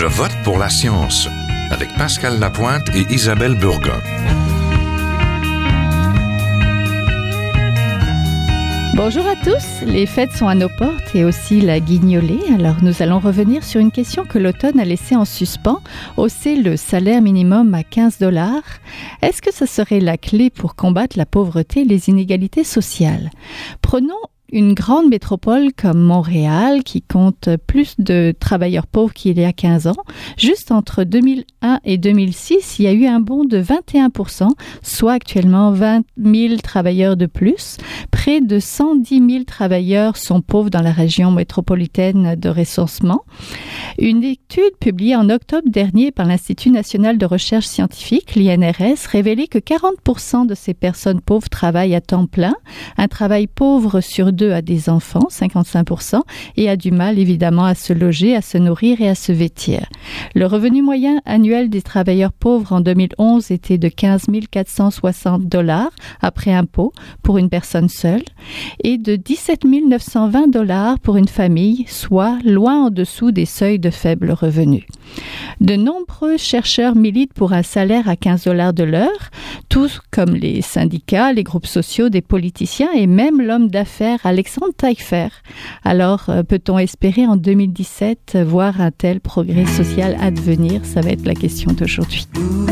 Je vote pour la science avec Pascal Lapointe et Isabelle Burgon. Bonjour à tous, les fêtes sont à nos portes et aussi la guignolée. Alors nous allons revenir sur une question que l'automne a laissée en suspens. Hausser le salaire minimum à 15$. Est-ce que ça serait la clé pour combattre la pauvreté et les inégalités sociales? Prenons une grande métropole comme Montréal qui compte plus de travailleurs pauvres qu'il y a 15 ans. Juste entre 2001 et 2006, il y a eu un bond de 21%, soit actuellement 20 000 travailleurs de plus. Près de 110 000 travailleurs sont pauvres dans la région métropolitaine de recensement. Une étude publiée en octobre dernier par l'Institut national de recherche scientifique, l'INRS, révélait que 40% de ces personnes pauvres travaillent à temps plein. Un travail pauvre sur deux a des enfants, 55%, et a du mal évidemment à se loger, à se nourrir et à se vêtir. Le revenu moyen annuel des travailleurs pauvres en 2011 était de 15 460$ après impôt pour une personne seule et de 17 920$ pour une famille, soit loin en dessous des seuils de faible revenu. De nombreux chercheurs militent pour un salaire à 15$ de l'heure, tous comme les syndicats, les groupes sociaux, des politiciens et même l'homme d'affaires Alexandre Taillefer. Alors, peut-on espérer en 2017 voir un tel progrès social advenir? Ça va être la question d'aujourd'hui.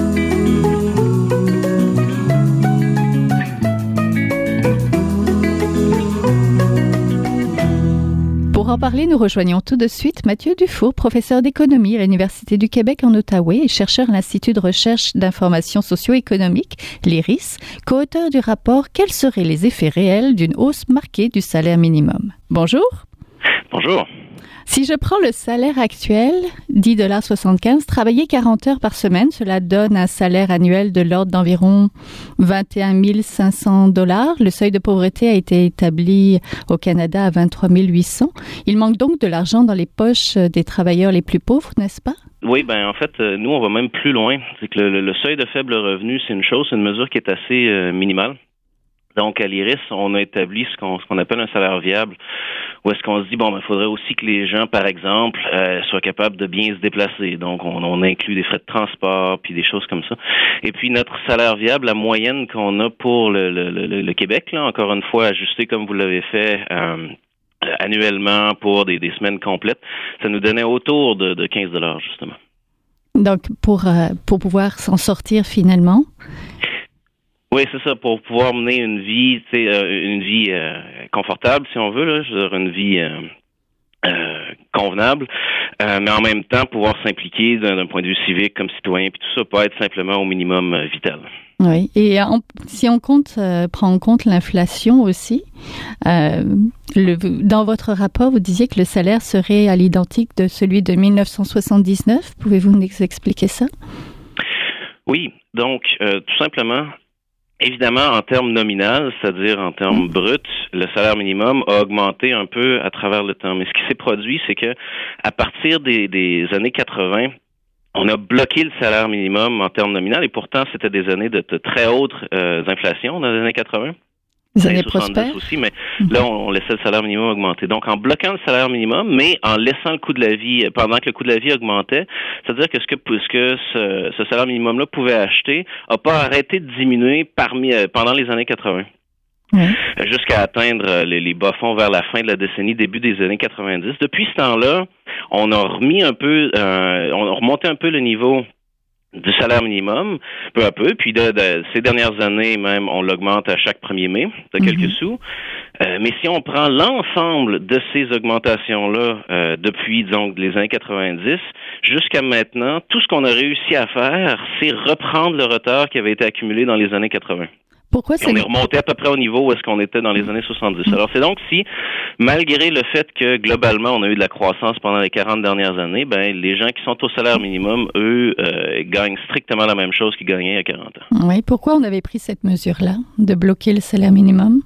Pour en parler, nous rejoignons tout de suite Mathieu Dufour, professeur d'économie à l'Université du Québec en Outaouais et chercheur à l'Institut de recherche d'information socio-économique, l'IRIS, co-auteur du rapport « Quels seraient les effets réels d'une hausse marquée du salaire minimum ?» Bonjour. Bonjour. Si je prends le salaire actuel, 10,75$, travailler 40 heures par semaine, cela donne un salaire annuel de l'ordre d'environ 21 500$. Le seuil de pauvreté a été établi au Canada à 23 800$. Il manque donc de l'argent dans les poches des travailleurs les plus pauvres, n'est-ce pas? Oui, en fait, nous, on va même plus loin. C'est que le seuil de faible revenu, c'est une mesure qui est assez minimale. Donc, à l'IRIS, on a établi ce qu'on appelle un salaire viable, où est-ce qu'on se dit, il faudrait aussi que les gens, par exemple, soient capables de bien se déplacer. Donc, on inclut des frais de transport, puis des choses comme ça. Et puis, notre salaire viable, la moyenne qu'on a pour le Québec, là, encore une fois, ajusté comme vous l'avez fait annuellement pour des semaines complètes, ça nous donnait autour de 15$, justement. Donc, pour pouvoir s'en sortir finalement? Oui, c'est ça, pour pouvoir mener une vie, confortable, si on veut, là, je veux dire, une vie convenable, mais en même temps pouvoir s'impliquer d'un point de vue civique comme citoyen, puis tout ça, pas être simplement au minimum vital. Oui, et si on prend en compte l'inflation aussi, dans votre rapport, vous disiez que le salaire serait à l'identique de celui de 1979. Pouvez-vous nous expliquer ça? Oui, donc tout simplement. Évidemment, en termes nominal, c'est-à-dire en termes bruts, le salaire minimum a augmenté un peu à travers le temps. Mais ce qui s'est produit, c'est que à partir des années 80, on a bloqué le salaire minimum en termes nominal et pourtant, c'était des années de très hautes inflations dans les années 80. Les années prospères aussi, mais là, on laissait le salaire minimum augmenter. Donc, en bloquant le salaire minimum, mais en laissant le coût de la vie, pendant que le coût de la vie augmentait, c'est-à-dire que ce salaire minimum-là pouvait acheter, n'a pas arrêté de diminuer pendant les années 80. Oui. Jusqu'à atteindre les bas-fonds vers la fin de la décennie, début des années 90. Depuis ce temps-là, on a remis un peu, on a remonté un peu le niveau du salaire minimum, peu à peu. Puis ces dernières années, même, on l'augmente à chaque 1er mai de quelques sous. Mais si on prend l'ensemble de ces augmentations-là depuis, disons, les années 90 jusqu'à maintenant, tout ce qu'on a réussi à faire, c'est reprendre le retard qui avait été accumulé dans les années 80. Pourquoi on est remonté à peu près au niveau où est-ce qu'on était dans les années 70. Alors, c'est donc si, malgré le fait que, globalement, on a eu de la croissance pendant les 40 dernières années, les gens qui sont au salaire minimum, eux, gagnent strictement la même chose qu'ils gagnaient il y a 40 ans. Oui. Pourquoi on avait pris cette mesure-là, de bloquer le salaire minimum?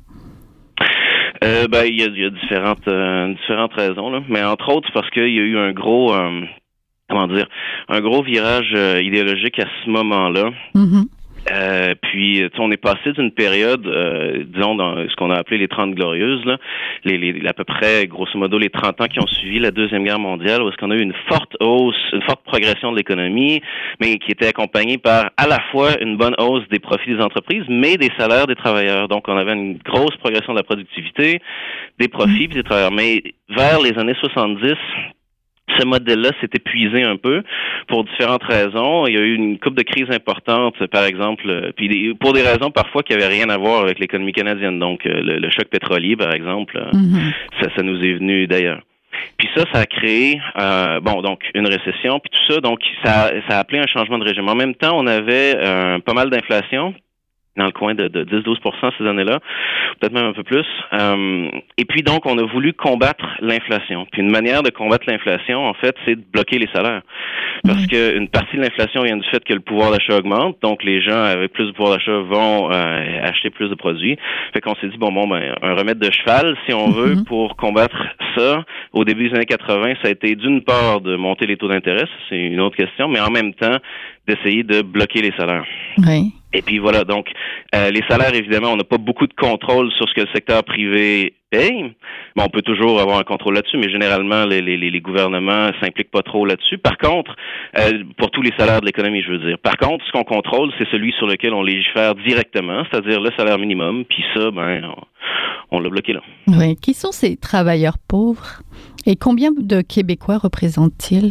Il y a différentes raisons, là. Mais entre autres, parce qu'il y a eu un gros virage idéologique à ce moment-là. Puis, on est passé d'une période, disons, dans ce qu'on a appelé les 30 glorieuses, là, à peu près, grosso modo, les 30 ans qui ont suivi la Deuxième Guerre mondiale, où est-ce qu'on a eu une forte hausse, une forte progression de l'économie, mais qui était accompagnée par à la fois une bonne hausse des profits des entreprises, mais des salaires des travailleurs. Donc, on avait une grosse progression de la productivité, des profits puis des travailleurs. Mais vers les années 70, ce modèle-là s'est épuisé un peu pour différentes raisons. Il y a eu une couple de crises importantes, par exemple, puis pour des raisons parfois qui n'avaient rien à voir avec l'économie canadienne. Donc, le choc pétrolier, par exemple, ça nous est venu d'ailleurs. Puis ça a créé, donc une récession, puis tout ça. Donc, ça a appelé un changement de régime. En même temps, on avait pas mal d'inflation, dans le coin de 10-12% ces années-là, peut-être même un peu plus. Et puis donc, on a voulu combattre l'inflation. Puis une manière de combattre l'inflation, en fait, c'est de bloquer les salaires. Parce que une partie de l'inflation vient du fait que le pouvoir d'achat augmente, donc les gens avec plus de pouvoir d'achat vont acheter plus de produits. Fait qu'on s'est dit, un remède de cheval, si on veut, pour combattre ça. Au début des années 80, ça a été d'une part de monter les taux d'intérêt, c'est une autre question, mais en même temps, d'essayer de bloquer les salaires. Oui. Et puis voilà, donc les salaires, évidemment, on n'a pas beaucoup de contrôle sur ce que le secteur privé paye. On peut toujours avoir un contrôle là-dessus, mais généralement, les gouvernements s'impliquent pas trop là-dessus. Par contre, pour tous les salaires de l'économie, je veux dire. Par contre, ce qu'on contrôle, c'est celui sur lequel on légifère directement, c'est-à-dire le salaire minimum. Puis ça, on l'a bloqué là. Oui. Qui sont ces travailleurs pauvres? Et combien de Québécois représentent-ils?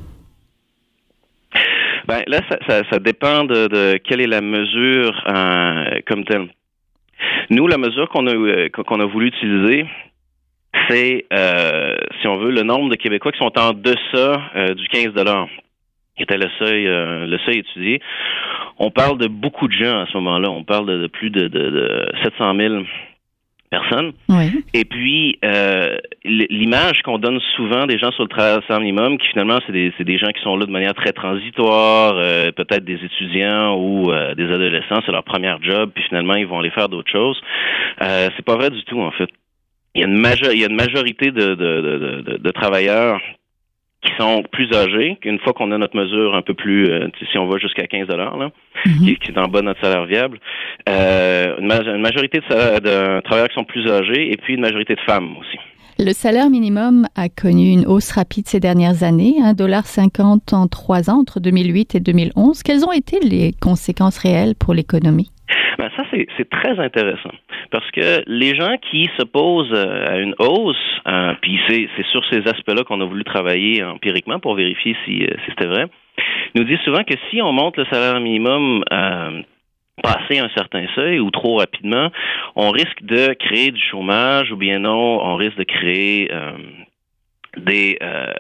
Là, ça dépend de quelle est la mesure comme telle. Nous, la mesure qu'on a voulu utiliser, c'est, si on veut, le nombre de Québécois qui sont en deçà du 15 $, qui était le seuil étudié. On parle de beaucoup de gens à ce moment-là. On parle de plus de 700 000 personnes. Oui. Et puis, l'image qu'on donne souvent des gens sur le travail minimum, qui finalement, c'est des gens qui sont là de manière très transitoire, peut-être des étudiants ou des adolescents, c'est leur premier job, puis finalement, ils vont aller faire d'autres choses. C'est pas vrai du tout, en fait. Il y a une majorité de travailleurs qui sont plus âgés, qu'une fois qu'on a notre mesure un peu plus, si on va jusqu'à 15 $, là, qui est en bas de notre salaire viable, une majorité de travailleurs qui sont plus âgés et puis une majorité de femmes aussi. Le salaire minimum a connu une hausse rapide ces dernières années, $1,50 en 3 ans, entre 2008 et 2011. Quelles ont été les conséquences réelles pour l'économie? Ça, c'est très intéressant. Parce que les gens qui s'opposent à une hausse, puis c'est sur ces aspects-là qu'on a voulu travailler empiriquement pour vérifier si c'était vrai, nous disent souvent que si on monte le salaire minimum passer un certain seuil ou trop rapidement, on risque de créer du chômage ou bien non, on risque de créer des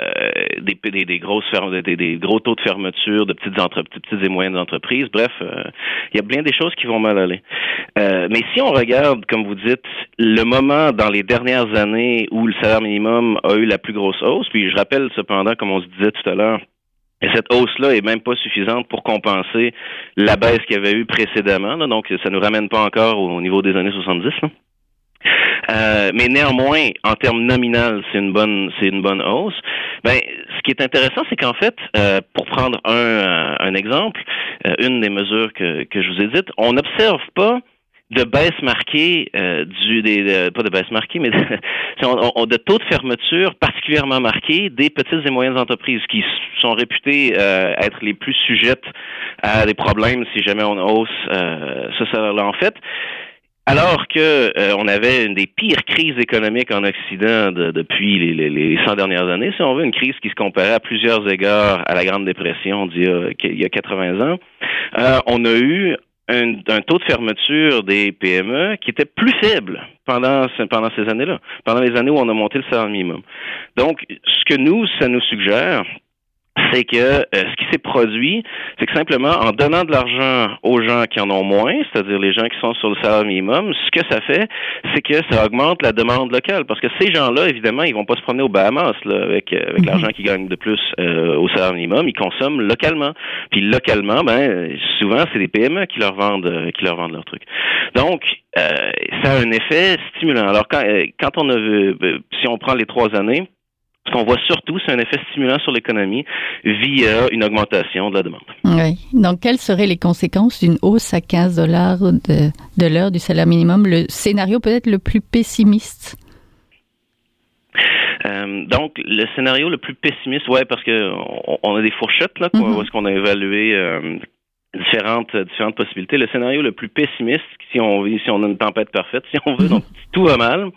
gros taux de fermeture de petites et moyennes entreprises. Bref, il y a bien des choses qui vont mal aller. Mais si on regarde, comme vous dites, le moment dans les dernières années où le salaire minimum a eu la plus grosse hausse, puis je rappelle cependant, comme on se disait tout à l'heure, et cette hausse-là est même pas suffisante pour compenser la baisse qu'il y avait eu précédemment, là, donc ça nous ramène pas encore au niveau des années 70. Là. Mais néanmoins, en termes nominal, c'est une bonne hausse. Ce qui est intéressant, c'est qu'en fait, pour prendre un exemple, une des mesures que je vous ai dites, on n'observe pas de baisse marquée pas de baisse marquée, mais de taux de fermeture particulièrement marqués des petites et moyennes entreprises qui sont réputées être les plus sujettes à des problèmes si jamais on hausse ce salaire-là. En fait, alors que on avait une des pires crises économiques en Occident depuis les 100 dernières années, si on veut, une crise qui se comparait à plusieurs égards à la Grande Dépression d'il y a 80 ans, on a eu un taux de fermeture des PME qui était plus faible pendant ces années-là, pendant les années où on a monté le salaire minimum. Donc, ça nous suggère, c'est que ce qui s'est produit, c'est que simplement en donnant de l'argent aux gens qui en ont moins, c'est-à-dire les gens qui sont sur le salaire minimum, ce que ça fait, c'est que ça augmente la demande locale. Parce que ces gens-là, évidemment, ils vont pas se promener aux Bahamas là, avec l'argent qu'ils gagnent de plus au salaire minimum, ils consomment localement. Puis localement, souvent c'est des PME qui leur vendent leurs trucs. Donc ça a un effet stimulant. Alors quand on a vu, si on prend les 3 années, Ce qu'on voit surtout, c'est un effet stimulant sur l'économie via une augmentation de la demande. Oui. Donc, quelles seraient les conséquences d'une hausse à 15 dollars de l'heure du salaire minimum? Le scénario peut-être le plus pessimiste? Donc, le scénario le plus pessimiste, ouais, parce que on a des fourchettes là, où est-ce qu'on a évalué différentes possibilités. Le scénario le plus pessimiste, si on a une tempête parfaite, si on veut, donc tout va mal.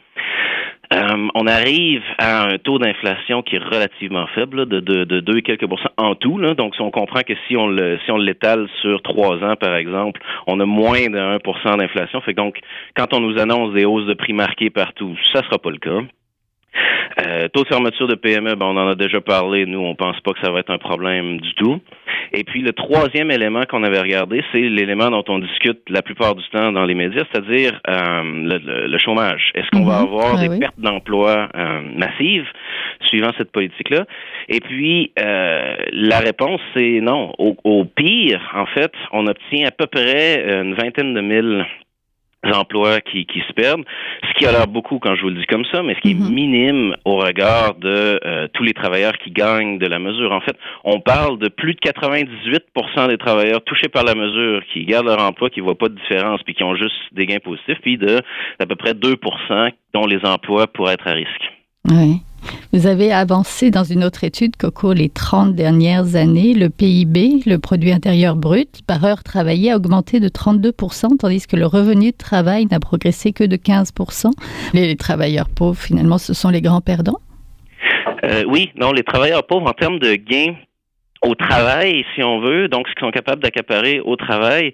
On arrive à un taux d'inflation qui est relativement faible, là, de 2 et quelques pourcents en tout. Là. Donc, si on comprend que si on l'étale sur 3 ans, par exemple, on a moins de 1% d'inflation. Fait que donc, quand on nous annonce des hausses de prix marquées partout, ça sera pas le cas. Taux de fermeture de PME, on en a déjà parlé. Nous, on pense pas que ça va être un problème du tout. Et puis, le troisième élément qu'on avait regardé, c'est l'élément dont on discute la plupart du temps dans les médias, c'est-à-dire le chômage. Est-ce qu'on va avoir des pertes d'emploi massives suivant cette politique-là? Et puis, la réponse, c'est non. Au pire, en fait, on obtient à peu près une vingtaine de mille emplois qui se perdent, ce qui a l'air beaucoup quand je vous le dis comme ça, mais ce qui est minime au regard de tous les travailleurs qui gagnent de la mesure. En fait, on parle de plus de 98% des travailleurs touchés par la mesure qui gardent leur emploi, qui voient pas de différence, puis qui ont juste des gains positifs, puis d'à peu près 2% dont les emplois pourraient être à risque. Oui. Vous avez avancé dans une autre étude qu'au cours des 30 dernières années, le PIB, le produit intérieur brut, par heure travaillée a augmenté de 32%, tandis que le revenu de travail n'a progressé que de 15%. Les travailleurs pauvres, finalement, ce sont les grands perdants? Oui, non, les travailleurs pauvres, en termes de gains au travail, si on veut, donc ce qu'ils sont capables d'accaparer au travail,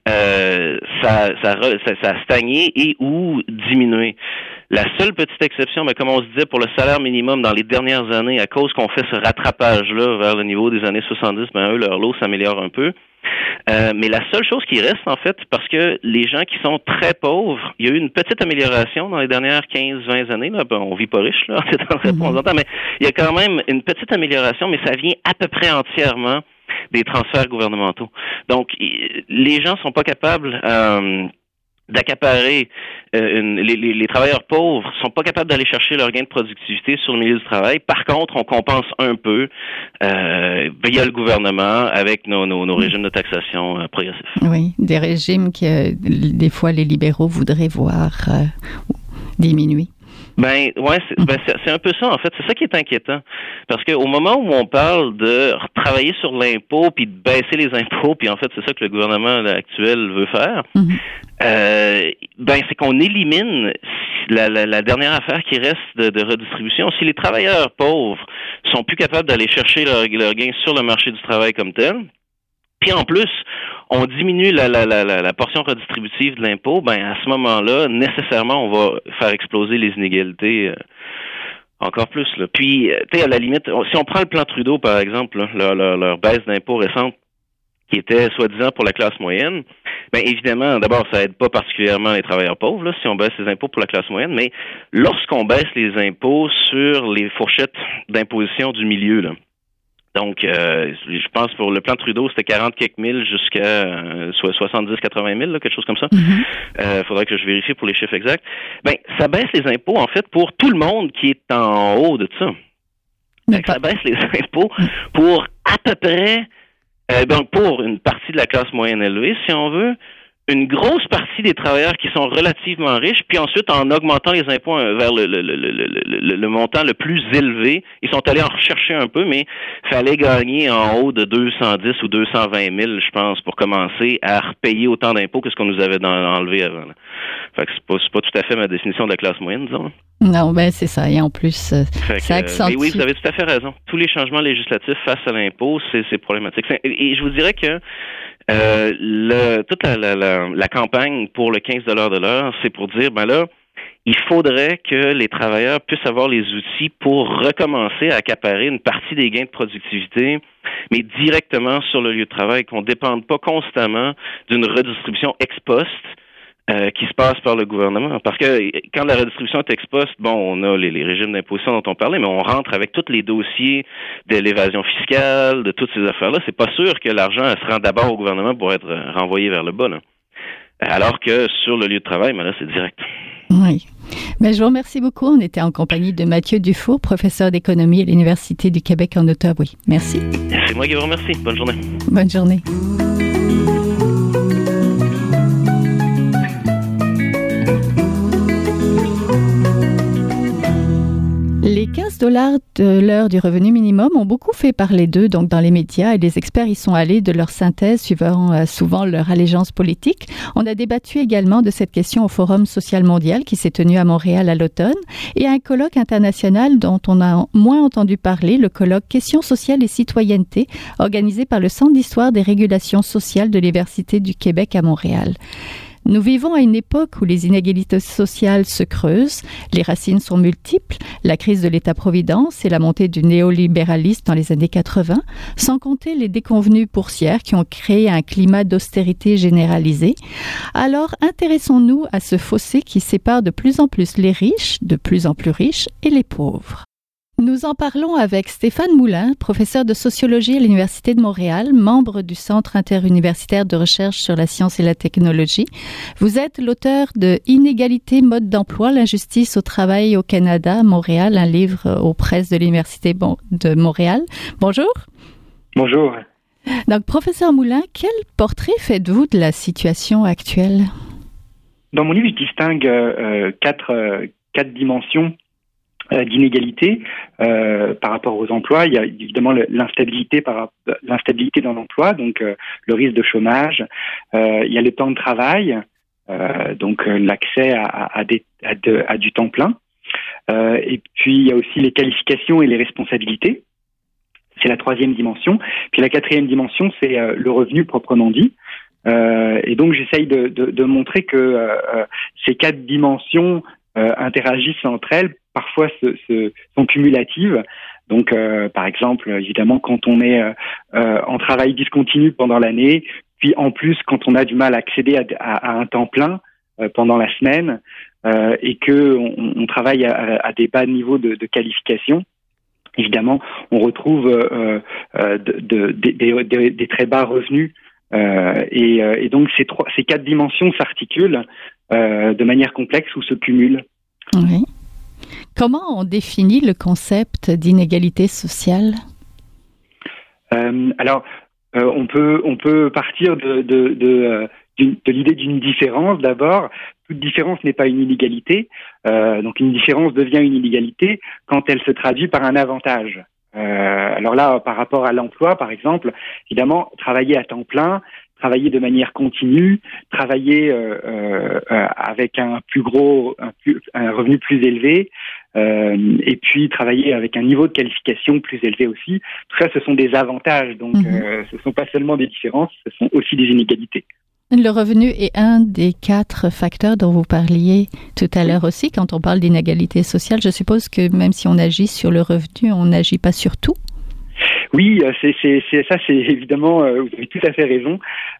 ça a stagné et ou diminué. La seule petite exception, comme on se disait, pour le salaire minimum dans les dernières années, à cause qu'on fait ce rattrapage-là vers le niveau des années 70, eux, leur lot s'améliore un peu. Mais la seule chose qui reste, en fait, parce que les gens qui sont très pauvres, il y a eu une petite amélioration dans les dernières 15-20 années. Là. On vit pas riche, là, c'est en réponse en temps, mais il y a quand même une petite amélioration, mais ça vient à peu près entièrement des transferts gouvernementaux. Donc, les gens sont pas capables d'accaparer les travailleurs pauvres sont pas capables d'aller chercher leur gain de productivité sur le milieu du travail. Par contre, on compense un peu via le gouvernement avec nos régimes de taxation progressifs. Oui, des régimes que des fois les libéraux voudraient voir diminuer. C'est un peu ça, en fait. C'est ça qui est inquiétant. Parce qu'au moment où on parle de travailler sur l'impôt puis de baisser les impôts, puis en fait, c'est ça que le gouvernement actuel veut faire, c'est qu'on élimine la dernière affaire qui reste de redistribution. Si les travailleurs pauvres sont plus capables d'aller chercher leur gain sur le marché du travail comme tel, puis en plus, on diminue la portion redistributive de l'impôt, à ce moment-là, nécessairement, on va faire exploser les inégalités encore plus. Là. Puis, à la limite, si on prend le plan Trudeau, par exemple, là, leur baisse d'impôt récente, qui était soi-disant pour la classe moyenne, évidemment, d'abord, ça aide pas particulièrement les travailleurs pauvres, là, si on baisse les impôts pour la classe moyenne, mais lorsqu'on baisse les impôts sur les fourchettes d'imposition du milieu, là, donc, je pense pour le plan Trudeau, c'était 40 quelques mille jusqu'à 70-80 000, là, quelque chose comme ça. Faudrait que je vérifie pour les chiffres exacts. Ça baisse les impôts, en fait, pour tout le monde qui est en haut de ça. Ça baisse les impôts pour à peu près, donc pour une partie de la classe moyenne élevée, si on veut, une grosse partie des travailleurs qui sont relativement riches, puis ensuite, en augmentant les impôts vers le montant le plus élevé, ils sont allés en rechercher un peu, mais fallait gagner en haut de 210 ou 220 000, je pense, pour commencer à repayer autant d'impôts que ce qu'on nous avait enlevé avant. Là. Fait que c'est pas tout à fait ma définition de la classe moyenne, disons. Non, c'est ça. Et en plus, ça accentue. Mais oui, vous avez tout à fait raison. Tous les changements législatifs face à l'impôt, c'est problématique. Et je vous dirais que toute la campagne pour le 15 $ de l'heure, c'est pour dire, il faudrait que les travailleurs puissent avoir les outils pour recommencer à accaparer une partie des gains de productivité, mais directement sur le lieu de travail, qu'on ne dépende pas constamment d'une redistribution ex post qui se passe par le gouvernement. Parce que quand la redistribution est ex post, on a les régimes d'imposition dont on parlait, mais on rentre avec tous les dossiers de l'évasion fiscale, de toutes ces affaires-là. C'est pas sûr que l'argent se rend d'abord au gouvernement pour être renvoyé vers le bas, là. Alors que sur le lieu de travail, là, c'est direct. Oui. Mais je vous remercie beaucoup. On était en compagnie de Mathieu Dufour, professeur d'économie à l'Université du Québec en Ottawa. Merci. C'est moi qui vous remercie. Bonne journée. Bonne journée. Les 15 $ de l'heure du revenu minimum ont beaucoup fait parler d'eux donc dans les médias et les experts y sont allés de leur synthèse suivant souvent leur allégeance politique. On a débattu également de cette question au Forum social mondial qui s'est tenu à Montréal à l'automne et à un colloque international dont on a moins entendu parler, le colloque Questions sociales et citoyenneté organisé par le Centre d'histoire des régulations sociales de l'Université du Québec à Montréal. Nous vivons à une époque où les inégalités sociales se creusent, les racines sont multiples, la crise de l'État-providence et la montée du néolibéralisme dans les années 80, sans compter les déconvenues boursières qui ont créé un climat d'austérité généralisé. Alors, intéressons-nous à ce fossé qui sépare de plus en plus les riches, de plus en plus riches, et les pauvres. Nous en parlons avec Stéphane Moulin, professeur de sociologie à l'Université de Montréal, membre du Centre interuniversitaire de recherche sur la science et la technologie. Vous êtes l'auteur de Inégalité, mode d'emploi, l'injustice au travail au Canada, à Montréal, un livre aux presses de l'Université de Montréal. Bonjour. Bonjour. Donc, professeur Moulin, quel portrait faites-vous de la situation actuelle? Dans mon livre, je distingue quatre dimensions d'inégalité par rapport aux emplois. Il y a évidemment l'instabilité dans l'emploi, donc le risque de chômage. Il y a le temps de travail, donc l'accès à du temps plein. Et puis il y a aussi les qualifications et les responsabilités. C'est la troisième dimension. Puis la quatrième dimension, c'est le revenu proprement dit. Et donc j'essaye de montrer que ces quatre dimensions interagissent entre elles, parfois sont cumulatives. Donc, par exemple, évidemment, quand on est en travail discontinu pendant l'année, puis en plus, quand on a du mal à accéder à un temps plein pendant la semaine, et que on travaille à des bas niveaux de qualification, évidemment, on retrouve des très bas revenus. Et donc, ces quatre dimensions s'articulent de manière complexe ou se cumulent. Oui. Comment on définit le concept d'inégalité sociale? Alors, on peut partir de l'idée d'une différence d'abord. Toute différence n'est pas une inégalité. Donc, une différence devient une inégalité quand elle se traduit par un avantage. Alors là, par rapport à l'emploi, par exemple, évidemment, travailler à temps plein, travailler de manière continue, travailler avec un revenu plus élevé, et puis travailler avec un niveau de qualification plus élevé aussi. Tout ça, ce sont des avantages. Donc, ce ne sont pas seulement des différences, ce sont aussi des inégalités. Le revenu est un des 4 facteurs dont vous parliez tout à l'heure aussi. Quand on parle d'inégalité sociale, je suppose que même si on agit sur le revenu, on n'agit pas sur tout. Oui, c'est évidemment, vous avez tout à fait raison.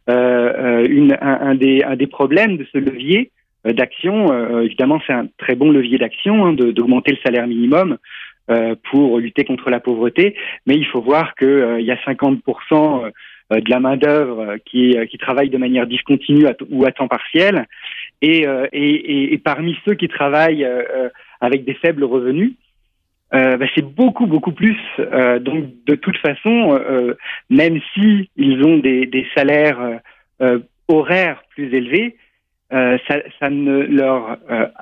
Un des problèmes de ce levier d'action, évidemment, c'est un très bon levier d'action d'augmenter le salaire minimum pour lutter contre la pauvreté, mais il faut voir que il y a 50% de la main-d'œuvre qui travaille de manière discontinue ou à temps partiel, et parmi ceux qui travaillent avec des faibles revenus, c'est beaucoup plus. Donc de toute façon, même si ils ont des salaires horaires plus élevés, ça ne leur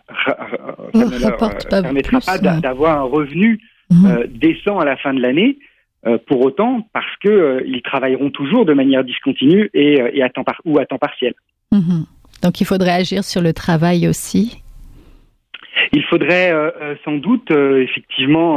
permettra pas d'avoir un revenu décent à la fin de l'année. Pour autant, parce que ils travailleront toujours de manière discontinue et à temps partiel. Donc il faudrait agir sur le travail aussi. Il faudrait sans doute effectivement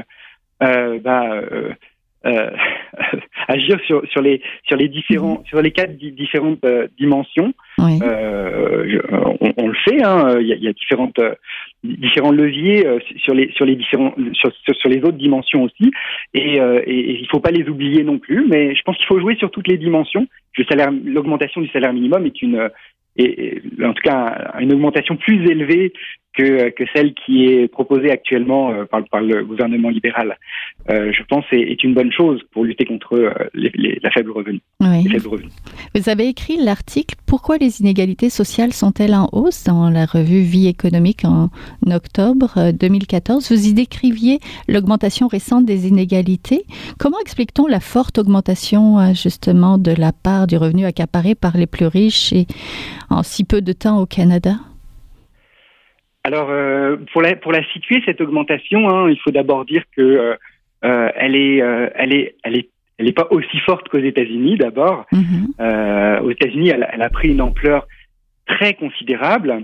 agir sur les quatre différentes dimensions. Oui. On le fait, hein, il y a différents leviers sur les autres dimensions aussi, et il faut pas les oublier non plus, mais je pense qu'il faut jouer sur toutes les dimensions. L'augmentation du salaire minimum est en tout cas une augmentation plus élevée que celle qui est proposée actuellement par le gouvernement libéral, je pense, est une bonne chose pour lutter contre la faible revenu. Oui. Les faibles revenus. Vous avez écrit l'article « Pourquoi les inégalités sociales sont-elles en hausse ?» dans la revue Vie économique en octobre 2014. Vous y décriviez l'augmentation récente des inégalités. Comment explique-t-on la forte augmentation justement de la part du revenu accaparé par les plus riches et en si peu de temps au Canada? Alors, pour la situer, cette augmentation, il faut d'abord dire que elle est pas aussi forte qu'aux États-Unis. D'abord, aux États-Unis, elle a pris une ampleur très considérable,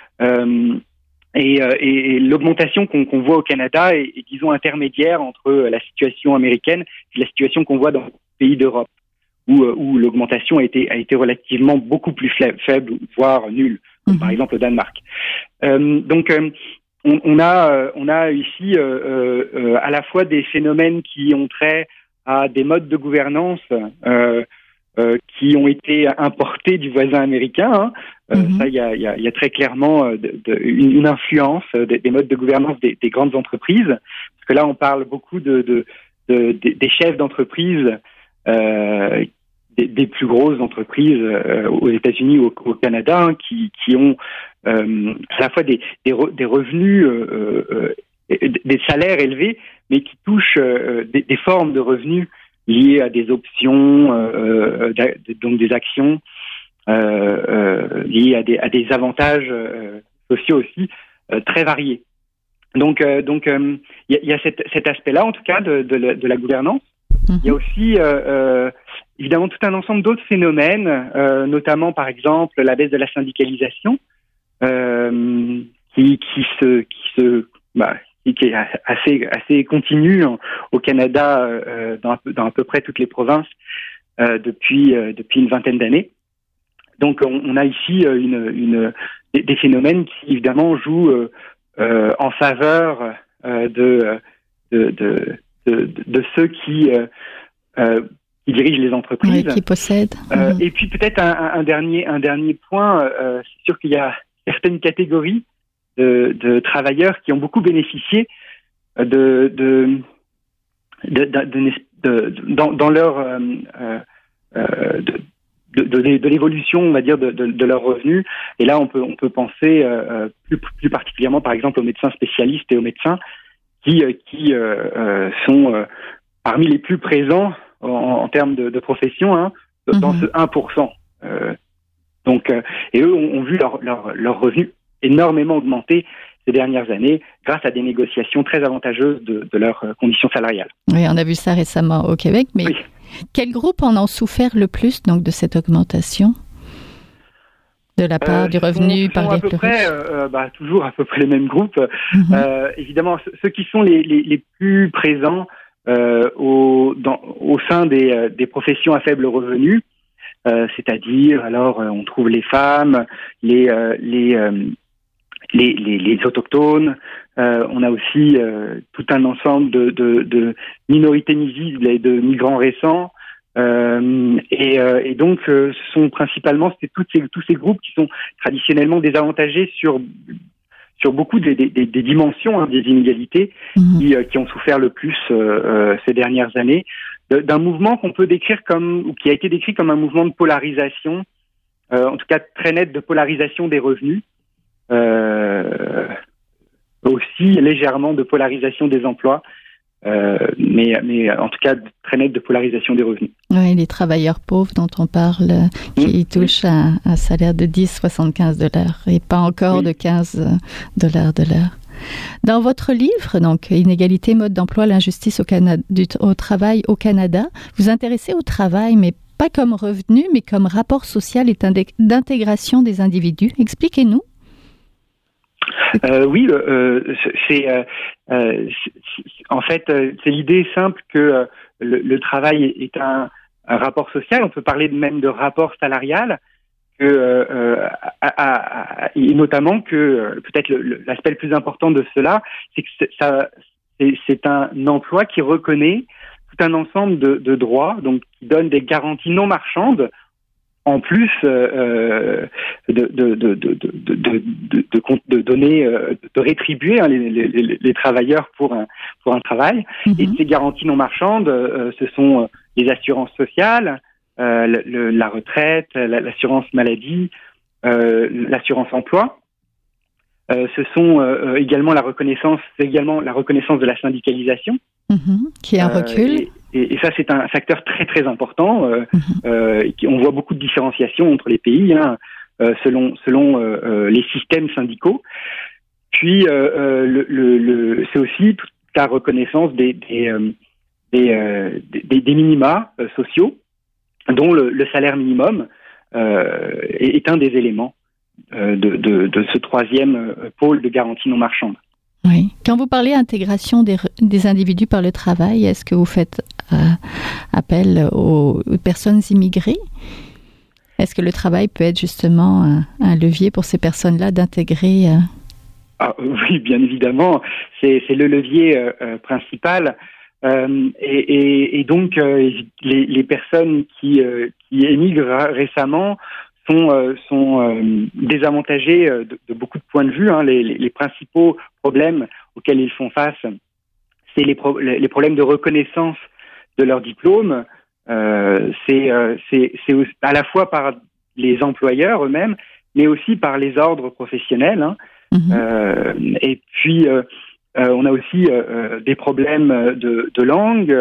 et l'augmentation qu'on voit au Canada est, disons, intermédiaire entre la situation américaine et la situation qu'on voit dans les pays d'Europe, où l'augmentation a été relativement beaucoup plus faible, voire nulle. Par exemple au Danemark. Donc on a ici à la fois des phénomènes qui ont trait à des modes de gouvernance qui ont été importés du voisin américain. Ça, il y a très clairement une influence des modes de gouvernance des grandes entreprises, parce que là on parle beaucoup des chefs d'entreprise. Des plus grosses entreprises aux États-Unis ou au Canada, qui ont à la fois des revenus, des salaires élevés, mais qui touchent des formes de revenus liées à des options, donc des actions, liées à des avantages sociaux aussi très variés. Donc il y a cet aspect-là, en tout cas, de la gouvernance. Il y a aussi évidemment tout un ensemble d'autres phénomènes, notamment par exemple la baisse de la syndicalisation, qui est assez continue au Canada, dans à peu près toutes les provinces depuis une vingtaine d'années. Donc on a ici des phénomènes qui évidemment jouent en faveur de ceux qui dirigent les entreprises, qui possèdent. Et puis peut-être un dernier point, c'est sûr qu'il y a certaines catégories de travailleurs qui ont beaucoup bénéficié dans leur de l'évolution, on va dire, de leurs revenus. Et là, on peut penser plus particulièrement, par exemple, aux médecins spécialistes et aux médecins qui sont parmi les plus présents en termes de profession, dans ce 1%. Et eux ont vu leurs revenus énormément augmenter ces dernières années grâce à des négociations très avantageuses de leurs conditions salariales. Oui, on a vu ça récemment au Québec, mais oui. Quels groupes en ont souffert le plus donc de cette augmentation de la part du revenu par les plus riches? Toujours à peu près les mêmes groupes. Évidemment, ceux qui sont les plus présents au sein des professions à faible revenu, c'est-à-dire, alors on trouve les femmes, les autochtones, on a aussi tout un ensemble de minorités visibles et de migrants récents, et donc ce sont principalement tous ces groupes qui sont traditionnellement désavantagés sur beaucoup des dimensions, des inégalités, qui ont souffert le plus ces dernières années, d'un mouvement qu'on peut décrire ou qui a été décrit comme un mouvement de polarisation, en tout cas très net de polarisation des revenus, aussi légèrement de polarisation des emplois, mais en tout cas très net de polarisation des revenus. Oui, les travailleurs pauvres dont on parle, qui touchent un salaire de 10,75 $ et pas encore de 15 $ de l'heure. Dans votre livre, donc Inégalité, mode d'emploi, l'injustice au travail au Canada, vous intéressez au travail, mais pas comme revenu, mais comme rapport social et d'intégration des individus. Expliquez-nous. Oui, en fait, c'est l'idée simple que le travail est un rapport social. On peut parler même de rapport salarial, et notamment que peut-être l'aspect le plus important de cela, c'est que c'est un emploi qui reconnaît tout un ensemble de droits, donc qui donne des garanties non marchandes en plus de donner, de rétribuer les travailleurs pour un travail. Et ces garanties non marchandes, ce sont les assurances sociales, la retraite, l'assurance maladie, l'assurance emploi. Ce sont également la reconnaissance de la syndicalisation, qui est un recul. Et ça, c'est un facteur très très important. On voit beaucoup de différenciation entre les pays, selon les systèmes syndicaux. Puis c'est aussi toute la reconnaissance des minima sociaux, dont le salaire minimum est un des éléments de ce troisième pôle de garantie non marchande. Oui. Quand vous parlez d'intégration des individus par le travail, est-ce que vous faites appel aux personnes immigrées? Est-ce que le travail peut être justement un levier pour ces personnes-là d'intégrer Oui, bien évidemment. C'est le levier principal. Et donc, les personnes qui émigrent récemment sont désavantagés de beaucoup de points de vue. Les principaux problèmes auxquels ils font face, c'est les problèmes de reconnaissance de leur diplôme. C'est à la fois par les employeurs eux-mêmes, mais aussi par les ordres professionnels. Et puis, on a aussi des problèmes de langue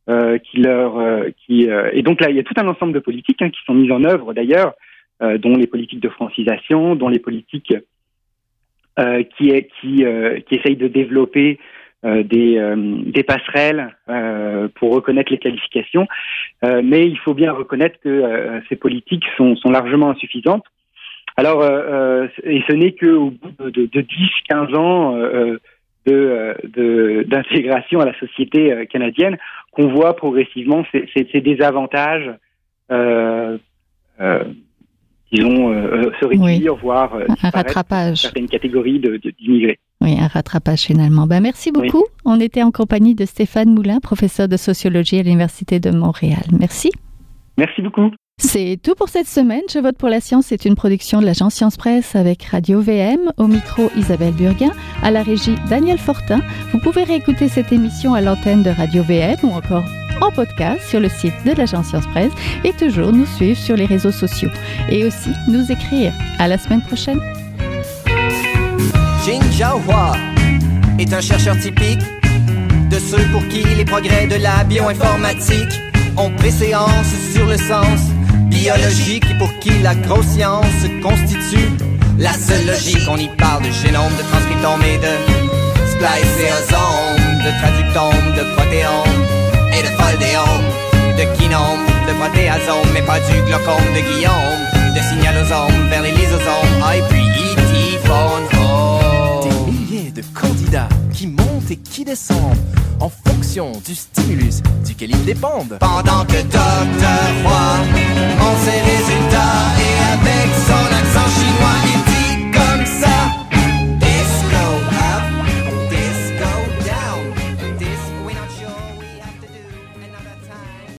et donc là, il y a tout un ensemble de politiques qui sont mises en œuvre d'ailleurs, dont les politiques de francisation, dont les politiques qui essayent de développer des passerelles pour reconnaître les qualifications. Mais il faut bien reconnaître que ces politiques sont largement insuffisantes. Alors, et ce n'est qu'au bout de 10-15 ans d'intégration à la société canadienne qu'on voit progressivement ces désavantages se réduire, voire un rattrapage. Certaines catégories d'immigrés. Oui, un rattrapage finalement. Merci beaucoup. Oui. On était en compagnie de Stéphane Moulin, professeur de sociologie à l'Université de Montréal. Merci. Merci beaucoup. C'est tout pour cette semaine. Je vote pour la science. C'est une production de l'agence Science Presse avec Radio VM. Au micro, Isabelle Burguin. À la régie, Daniel Fortin. Vous pouvez réécouter cette émission à l'antenne de Radio VM ou encore en podcast sur le site de l'agence Science Presse et toujours nous suivre sur les réseaux sociaux et aussi nous écrire. À la semaine prochaine. Jing Jiahua est un chercheur typique de ceux pour qui les progrès de la bioinformatique ont préséance sur le sens biologique et pour qui la grosse science constitue la seule logique. On y parle de génome, de transcriptome et de spliceosome, de traductome, de protéome et de foldéome, de kinome, de protéasome, mais pas du glaucome de Guillaume, de signalosome vers les lysosomes, et puis E.T. von Home. Des milliers de candidats qui montent et qui descendent en fonction du stimulus duquel ils dépendent. Pendant que Dr. Roy, on ses résultats et avec son accent chinois, il